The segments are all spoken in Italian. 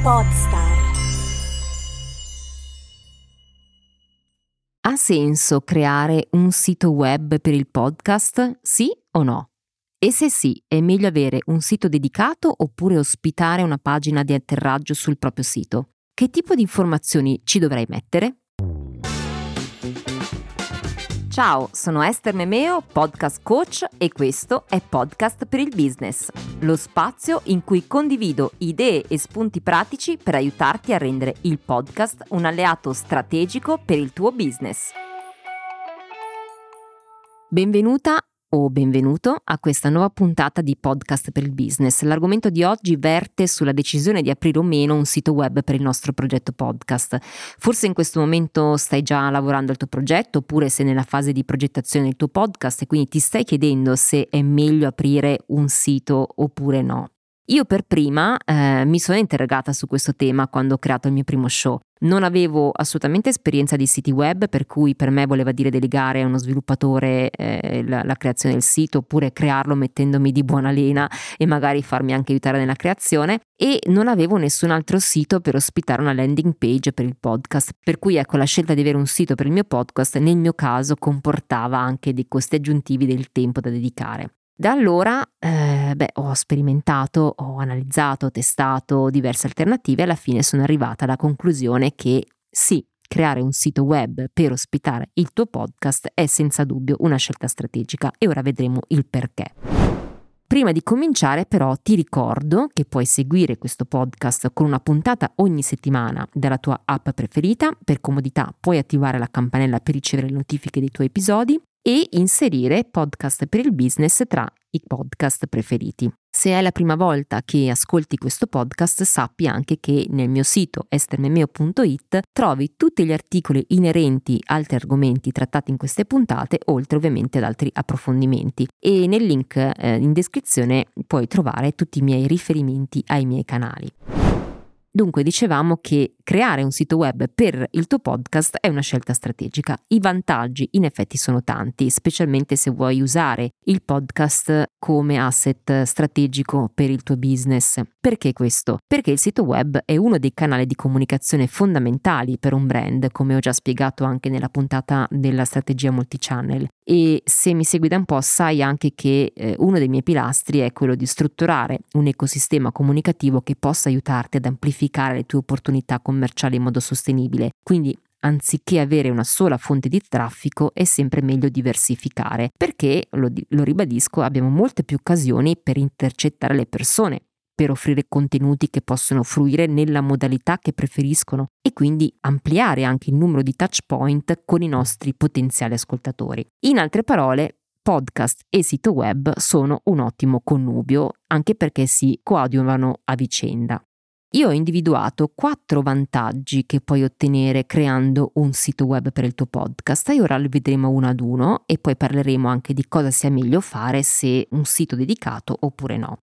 Podstar. Ha senso creare un sito web per il podcast? Sì o no? E se sì, è meglio avere un sito dedicato oppure ospitare una pagina di atterraggio sul proprio sito? Che tipo di informazioni ci dovrei mettere? Ciao, sono Esther Nemeo, podcast coach e questo è Podcast per il Business, lo spazio in cui condivido idee e spunti pratici per aiutarti a rendere il podcast un alleato strategico per il tuo business. Benvenuta o benvenuto a questa nuova puntata di Podcast per il Business. L'argomento di oggi verte sulla decisione di aprire o meno un sito web per il nostro progetto podcast. Forse in questo momento stai già lavorando al tuo progetto oppure sei nella fase di progettazione del tuo podcast e quindi ti stai chiedendo se è meglio aprire un sito oppure no. Io per prima mi sono interrogata su questo tema quando ho creato il mio primo show. Non avevo assolutamente esperienza di siti web, per cui per me voleva dire delegare a uno sviluppatore la creazione del sito oppure crearlo mettendomi di buona lena e magari farmi anche aiutare nella creazione, e non avevo nessun altro sito per ospitare una landing page per il podcast, per cui ecco, la scelta di avere un sito per il mio podcast nel mio caso comportava anche dei costi aggiuntivi del tempo da dedicare. Da allora ho sperimentato, ho analizzato, ho testato diverse alternative e alla fine sono arrivata alla conclusione che sì, creare un sito web per ospitare il tuo podcast è senza dubbio una scelta strategica e ora vedremo il perché. Prima di cominciare però ti ricordo che puoi seguire questo podcast con una puntata ogni settimana dalla tua app preferita. Per comodità puoi attivare la campanella per ricevere le notifiche dei tuoi episodi e inserire Podcast per il Business tra i podcast preferiti. Se è la prima volta che ascolti questo podcast, sappi anche che nel mio sito esternemeo.it trovi tutti gli articoli inerenti a altri argomenti trattati in queste puntate, oltre ovviamente ad altri approfondimenti. E nel link in descrizione puoi trovare tutti i miei riferimenti ai miei canali. Dunque dicevamo che creare un sito web per il tuo podcast è una scelta strategica. I vantaggi in effetti sono tanti, specialmente se vuoi usare il podcast come asset strategico per il tuo business. Perché questo? Perché il sito web è uno dei canali di comunicazione fondamentali per un brand, come ho già spiegato anche nella puntata della strategia multichannel. E se mi segui da un po' sai anche che uno dei miei pilastri è quello di strutturare un ecosistema comunicativo che possa aiutarti ad amplificare le tue opportunità commerciali in modo sostenibile. Quindi anziché avere una sola fonte di traffico è sempre meglio diversificare, perché, lo ribadisco, abbiamo molte più occasioni per intercettare le persone, per offrire contenuti che possono fruire nella modalità che preferiscono e quindi ampliare anche il numero di touch point con i nostri potenziali ascoltatori. In altre parole, podcast e sito web sono un ottimo connubio, anche perché si coadiuvano a vicenda. Io ho individuato 4 vantaggi che puoi ottenere creando un sito web per il tuo podcast e ora li vedremo uno ad uno e poi parleremo anche di cosa sia meglio fare, se un sito dedicato oppure no.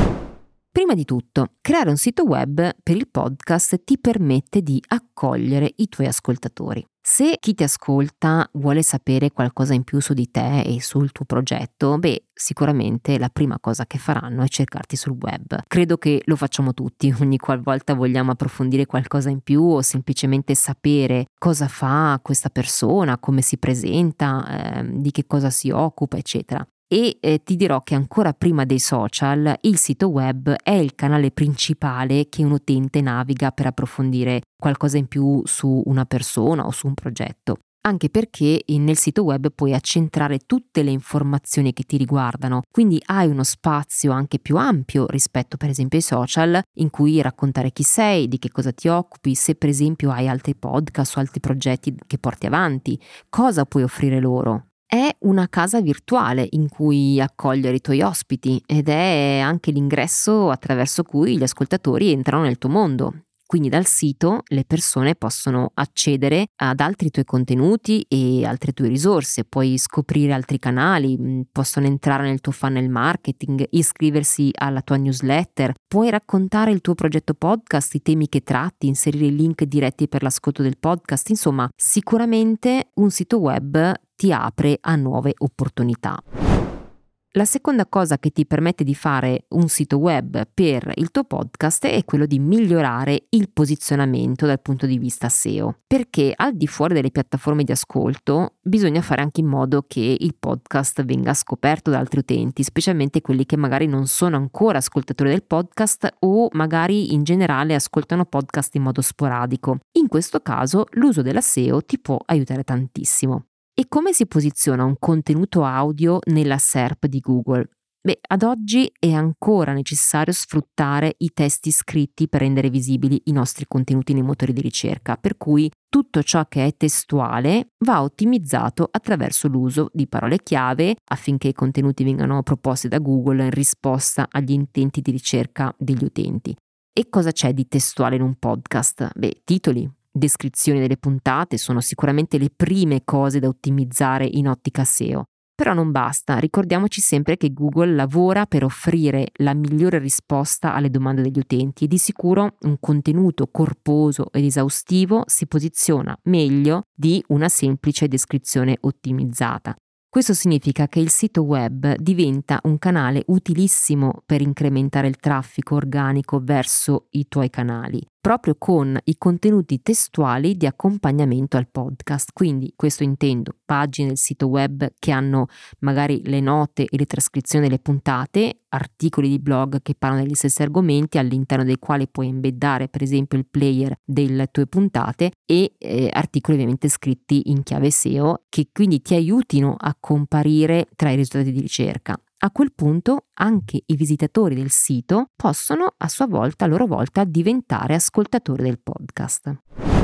Prima di tutto, creare un sito web per il podcast ti permette di accogliere i tuoi ascoltatori. Se chi ti ascolta vuole sapere qualcosa in più su di te e sul tuo progetto, sicuramente la prima cosa che faranno è cercarti sul web. Credo che lo facciamo tutti ogni qualvolta vogliamo approfondire qualcosa in più o semplicemente sapere cosa fa questa persona, come si presenta, di che cosa si occupa, eccetera. E ti dirò che ancora prima dei social il sito web è il canale principale che un utente naviga per approfondire qualcosa in più su una persona o su un progetto. Anche perché nel sito web puoi accentrare tutte le informazioni che ti riguardano, quindi hai uno spazio anche più ampio rispetto per esempio ai social, in cui raccontare chi sei, di che cosa ti occupi, se per esempio hai altri podcast o altri progetti che porti avanti, cosa puoi offrire loro. È una casa virtuale in cui accogliere i tuoi ospiti ed è anche l'ingresso attraverso cui gli ascoltatori entrano nel tuo mondo. Quindi dal sito le persone possono accedere ad altri tuoi contenuti e altre tue risorse, puoi scoprire altri canali, possono entrare nel tuo funnel marketing, iscriversi alla tua newsletter, puoi raccontare il tuo progetto podcast, i temi che tratti, inserire i link diretti per l'ascolto del podcast. Insomma, sicuramente un sito web ti apre a nuove opportunità. La seconda cosa che ti permette di fare un sito web per il tuo podcast è quello di migliorare il posizionamento dal punto di vista SEO, perché al di fuori delle piattaforme di ascolto bisogna fare anche in modo che il podcast venga scoperto da altri utenti, specialmente quelli che magari non sono ancora ascoltatori del podcast o magari in generale ascoltano podcast in modo sporadico. In questo caso l'uso della SEO ti può aiutare tantissimo. E come si posiziona un contenuto audio nella SERP di Google? Ad oggi è ancora necessario sfruttare i testi scritti per rendere visibili i nostri contenuti nei motori di ricerca, per cui tutto ciò che è testuale va ottimizzato attraverso l'uso di parole chiave affinché i contenuti vengano proposti da Google in risposta agli intenti di ricerca degli utenti. E cosa c'è di testuale in un podcast? Titoli, descrizioni delle puntate sono sicuramente le prime cose da ottimizzare in ottica SEO. Però non basta, ricordiamoci sempre che Google lavora per offrire la migliore risposta alle domande degli utenti e di sicuro un contenuto corposo ed esaustivo si posiziona meglio di una semplice descrizione ottimizzata. Questo significa che il sito web diventa un canale utilissimo per incrementare il traffico organico verso i tuoi canali, proprio con i contenuti testuali di accompagnamento al podcast. Quindi questo intendo pagine del sito web che hanno magari le note e le trascrizioni delle puntate, articoli di blog che parlano degli stessi argomenti all'interno dei quali puoi embeddare per esempio il player delle tue puntate e articoli ovviamente scritti in chiave SEO che quindi ti aiutino a comparire tra i risultati di ricerca. A quel punto anche i visitatori del sito possono a loro volta diventare ascoltatori del podcast.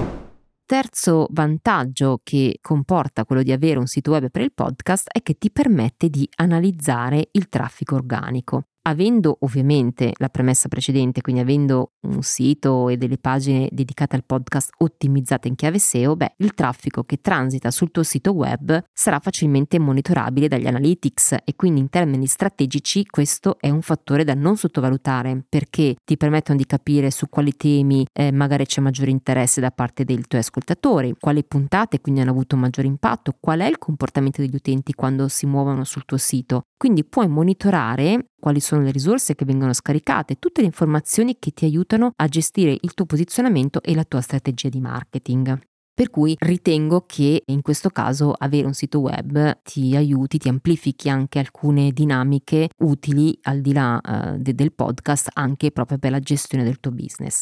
Terzo vantaggio che comporta quello di avere un sito web per il podcast è che ti permette di analizzare il traffico organico. Avendo ovviamente la premessa precedente, quindi avendo un sito e delle pagine dedicate al podcast ottimizzate in chiave SEO, il traffico che transita sul tuo sito web sarà facilmente monitorabile dagli analytics e quindi in termini strategici questo è un fattore da non sottovalutare perché ti permettono di capire su quali temi magari c'è maggiore interesse da parte dei tuoi ascoltatori, quali puntate quindi hanno avuto maggiore impatto, qual è il comportamento degli utenti quando si muovono sul tuo sito. Quindi puoi monitorare quali sono le risorse che vengono scaricate, tutte le informazioni che ti aiutano a gestire il tuo posizionamento e la tua strategia di marketing. Per cui ritengo che in questo caso avere un sito web ti aiuti, ti amplifichi anche alcune dinamiche utili al di là del podcast anche proprio per la gestione del tuo business.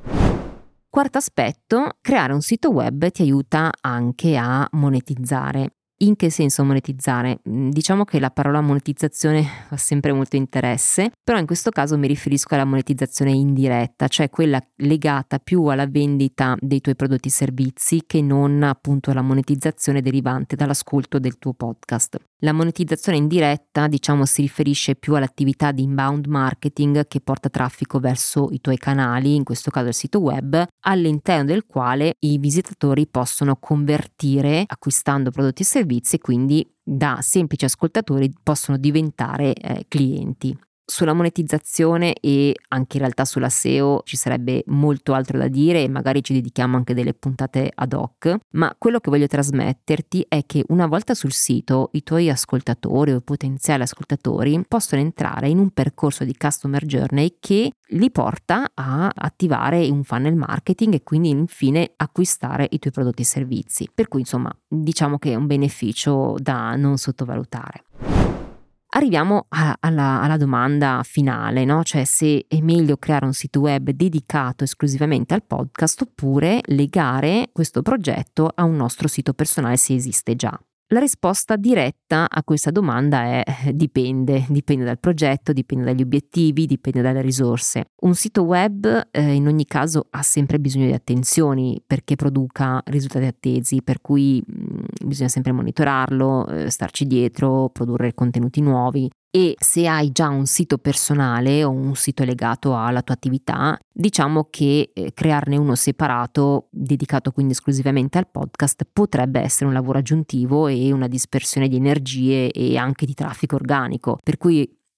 Quarto aspetto, creare un sito web ti aiuta anche a monetizzare. In che senso monetizzare? Diciamo che la parola monetizzazione fa sempre molto interesse, però in questo caso mi riferisco alla monetizzazione indiretta, cioè quella legata più alla vendita dei tuoi prodotti e servizi che non appunto alla monetizzazione derivante dall'ascolto del tuo podcast. La monetizzazione indiretta, si riferisce più all'attività di inbound marketing che porta traffico verso i tuoi canali, in questo caso il sito web, all'interno del quale i visitatori possono convertire acquistando prodotti e servizi e quindi da semplici ascoltatori possono diventare clienti. Sulla monetizzazione e anche in realtà sulla SEO ci sarebbe molto altro da dire e magari ci dedichiamo anche delle puntate ad hoc, ma quello che voglio trasmetterti è che una volta sul sito i tuoi ascoltatori o potenziali ascoltatori possono entrare in un percorso di customer journey che li porta a attivare un funnel marketing e quindi infine acquistare i tuoi prodotti e servizi. Per cui diciamo che è un beneficio da non sottovalutare. Arriviamo alla domanda finale, no? Cioè se è meglio creare un sito web dedicato esclusivamente al podcast oppure legare questo progetto a un nostro sito personale se esiste già. La risposta diretta a questa domanda è dipende dal progetto, dipende dagli obiettivi, dipende dalle risorse. Un sito web in ogni caso ha sempre bisogno di attenzioni perché produca risultati attesi, per cui bisogna sempre monitorarlo, starci dietro, produrre contenuti nuovi. E se hai già un sito personale o un sito legato alla tua attività, diciamo che crearne uno separato, dedicato quindi esclusivamente al podcast, potrebbe essere un lavoro aggiuntivo e una dispersione di energie e anche di traffico organico. Per cui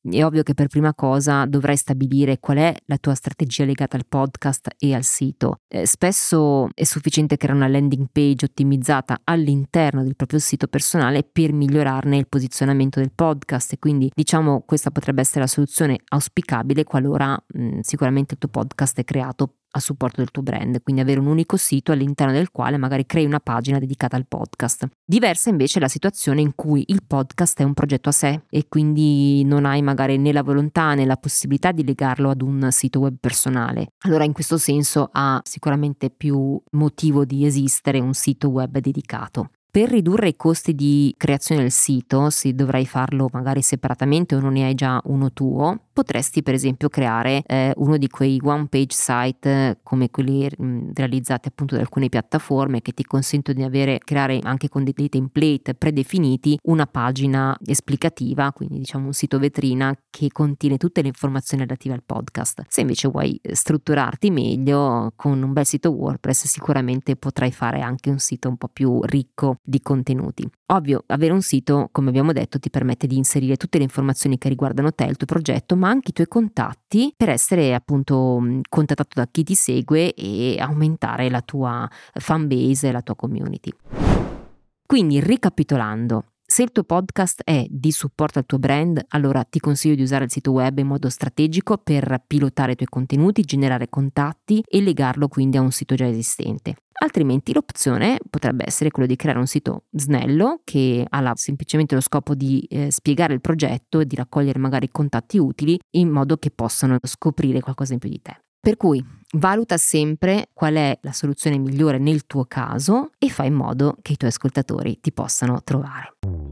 È ovvio che per prima cosa dovrai stabilire qual è la tua strategia legata al podcast e al sito. Spesso è sufficiente creare una landing page ottimizzata all'interno del proprio sito personale per migliorarne il posizionamento del podcast, e quindi diciamo questa potrebbe essere la soluzione auspicabile qualora sicuramente il tuo podcast è creato a supporto del tuo brand, quindi avere un unico sito all'interno del quale magari crei una pagina dedicata al podcast. Diversa invece è la situazione in cui il podcast è un progetto a sé e quindi non hai magari né la volontà né la possibilità di legarlo ad un sito web personale. Allora in questo senso ha sicuramente più motivo di esistere un sito web dedicato. Per ridurre i costi di creazione del sito, se dovrai farlo magari separatamente o non ne hai già uno tuo, potresti per esempio creare uno di quei one page site come quelli realizzati appunto da alcune piattaforme che ti consentono di creare anche con dei template predefiniti una pagina esplicativa, quindi diciamo un sito vetrina che contiene tutte le informazioni relative al podcast. Se invece vuoi strutturarti meglio con un bel sito WordPress, sicuramente potrai fare anche un sito un po' più ricco di contenuti. Ovvio, avere un sito, come abbiamo detto, ti permette di inserire tutte le informazioni che riguardano te, il tuo progetto, ma anche i tuoi contatti per essere appunto contattato da chi ti segue e aumentare la tua fan base e la tua community. Quindi, ricapitolando, se il tuo podcast è di supporto al tuo brand, allora ti consiglio di usare il sito web in modo strategico per pilotare i tuoi contenuti, generare contatti e legarlo quindi a un sito già esistente. Altrimenti l'opzione potrebbe essere quello di creare un sito snello che ha semplicemente lo scopo di spiegare il progetto e di raccogliere magari contatti utili in modo che possano scoprire qualcosa in più di te. Per cui valuta sempre qual è la soluzione migliore nel tuo caso e fai in modo che i tuoi ascoltatori ti possano trovare.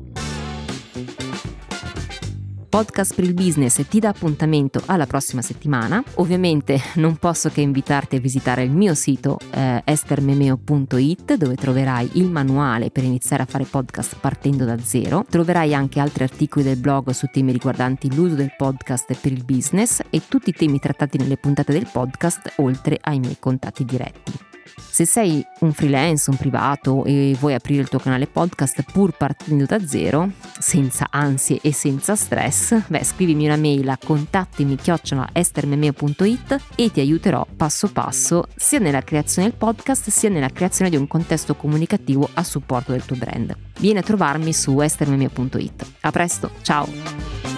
Podcast per il Business ti dà appuntamento alla prossima settimana. Ovviamente non posso che invitarti a visitare il mio sito estermemeo.it, dove troverai il manuale per iniziare a fare podcast partendo da zero. Troverai anche altri articoli del blog su temi riguardanti l'uso del podcast per il business e tutti i temi trattati nelle puntate del podcast, oltre ai miei contatti diretti. Se sei un freelance, un privato e vuoi aprire il tuo canale podcast pur partendo da zero, senza ansie e senza stress, scrivimi una mail a contattimi@estermemeo.it e ti aiuterò passo passo sia nella creazione del podcast sia nella creazione di un contesto comunicativo a supporto del tuo brand. Vieni a trovarmi su estermemeo.it. A presto, ciao!